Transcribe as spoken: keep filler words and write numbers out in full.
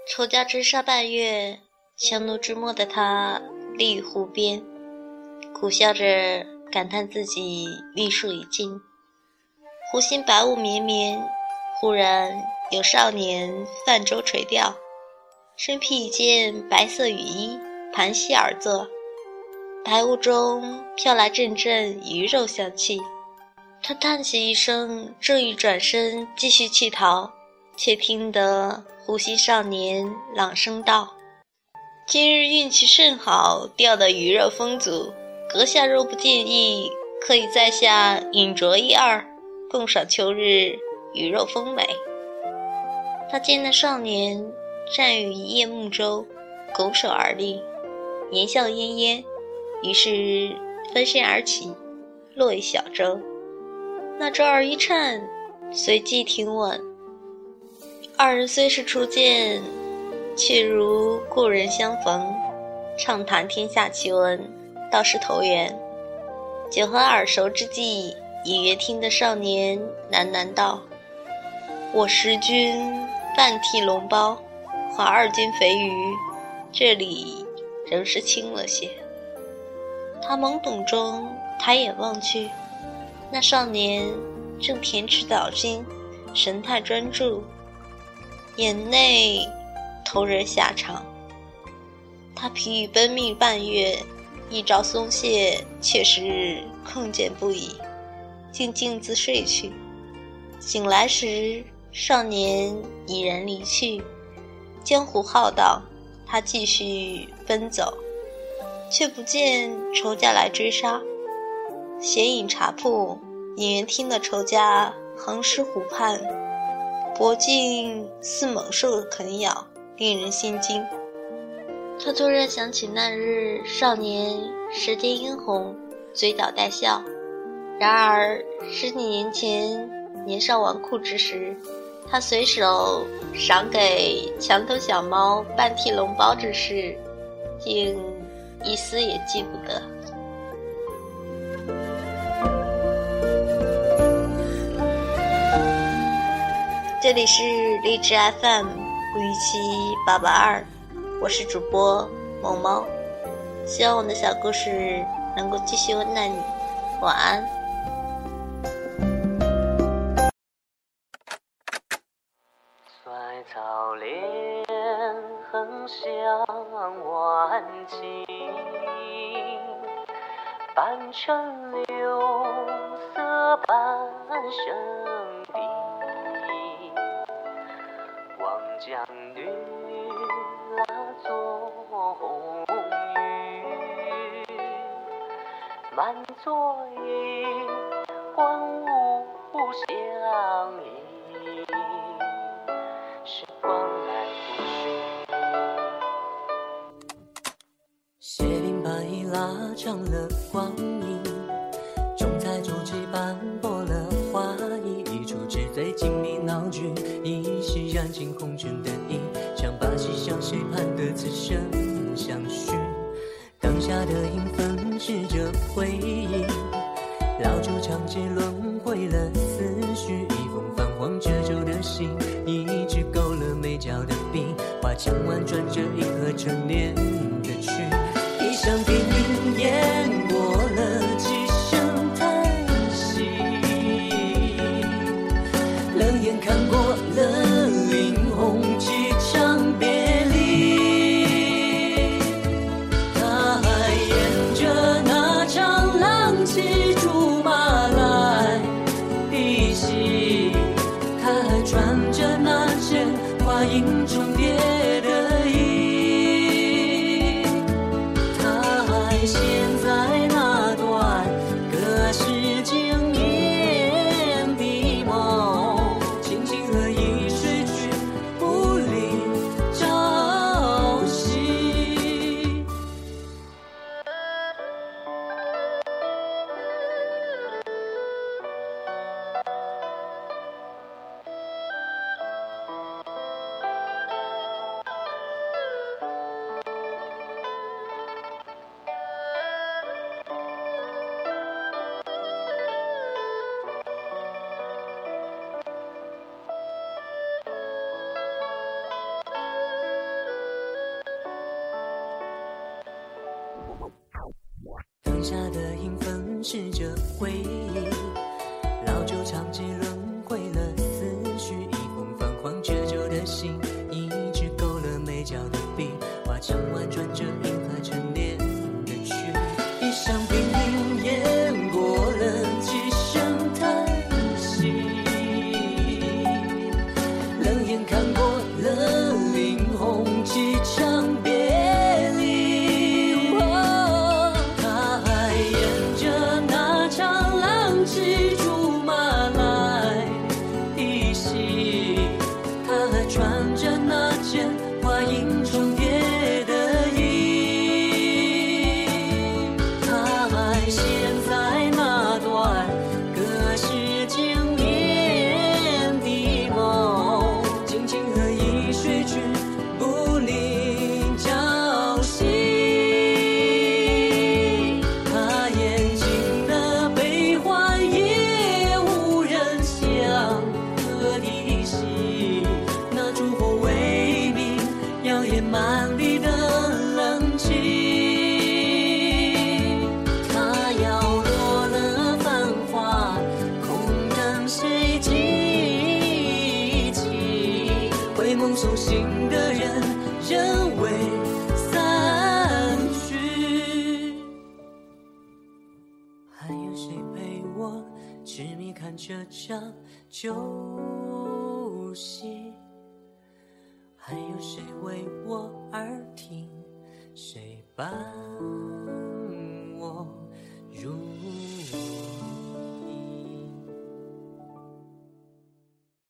仇家追杀半月，强弩之末的他立于湖边，苦笑着感叹自己力数已尽。湖心白雾绵绵，忽然有少年泛舟垂钓，身披一件白色雨衣，盘膝而坐，白雾中飘来阵阵鱼肉香气。他叹息一声，正欲转身继续弃逃，却听得湖心少年朗声道：今日运气甚好，钓的鱼肉丰足，阁下若不介意，可以在下饮酌一二，共赏秋日鱼肉丰美。他见那少年站于一叶木舟，拱手而立，言笑晏晏，于是分身而起，落于小舟。那舟儿一颤，随即停稳。二人虽是初见，却如故人相逢，畅谈天下奇闻，倒是投缘。酒酣耳熟之际，隐约听得少年喃喃道：我十斤半屉笼包，和二斤肥鱼，这里仍是轻了些。他懵懂中抬眼望去，那少年正恬持捣金，神态专注，眼内投人下场。他疲于奔命半月，一朝松懈，却是困倦不已，竟径自睡去。醒来时，少年已然离去。江湖浩荡，他继续奔走，却不见仇家来追杀。闲饮茶铺，隐约听得仇家横尸湖畔，脖颈似猛兽啃咬，令人心惊。他突然想起那日少年舌尖殷红，嘴角带笑，然而十几年前年少纨绔之时，他随手赏给墙头小猫半屉笼包之事，竟一丝也记不得。这里是荔枝 F M 五一七八八二，我是主播萌猫，希望我的小故事能够继续温暖你，晚安。 衰草连横向晚晴，半城柳色半生地，望江女拉作红雨，满座椅欢舞相依，时光来不去。斜林把衣拉长了光阴，中彩竹枝斑驳了花意，一出纸醉金迷闹剧，一袭燃尽红尘的衣，唱把戏向谁盼得此生相许。当下的影分饰着回忆，老旧长街轮回了思绪，一封泛黄褶皱的信，一支勾了眉角的笔，花腔婉转着银河沉淀的曲，一箱电影演过了几声叹息，冷眼看过了林红几场别离，他还沿着那长浪骑竹马来抵袭，他还穿着那件花影重叠的衣，他还陷在那段隔世经年的梦，轻轻和一下的影分饰着回忆，老酒长期轮回了思绪，一封泛黄褶皱的信，一支勾了眉角的笔，画墙婉转着银河沉淀的曲，一场冰凌淹过了，只剩叹息，冷眼看过了林红几场别离，哦，他还沿着那长廊蜘蛛马来依稀，他还穿着那件花影重叠的衣，他还陷在那段隔世经年的梦，静静和一水去不离朝夕，他眼睛的悲欢也无人想和的戏，那烛火微明，摇曳满地的冷气，他摇落了繁华，空等谁记起，回梦苏醒的人人未散去，还有谁陪我痴迷看这场旧戏，还有谁为我而听，谁伴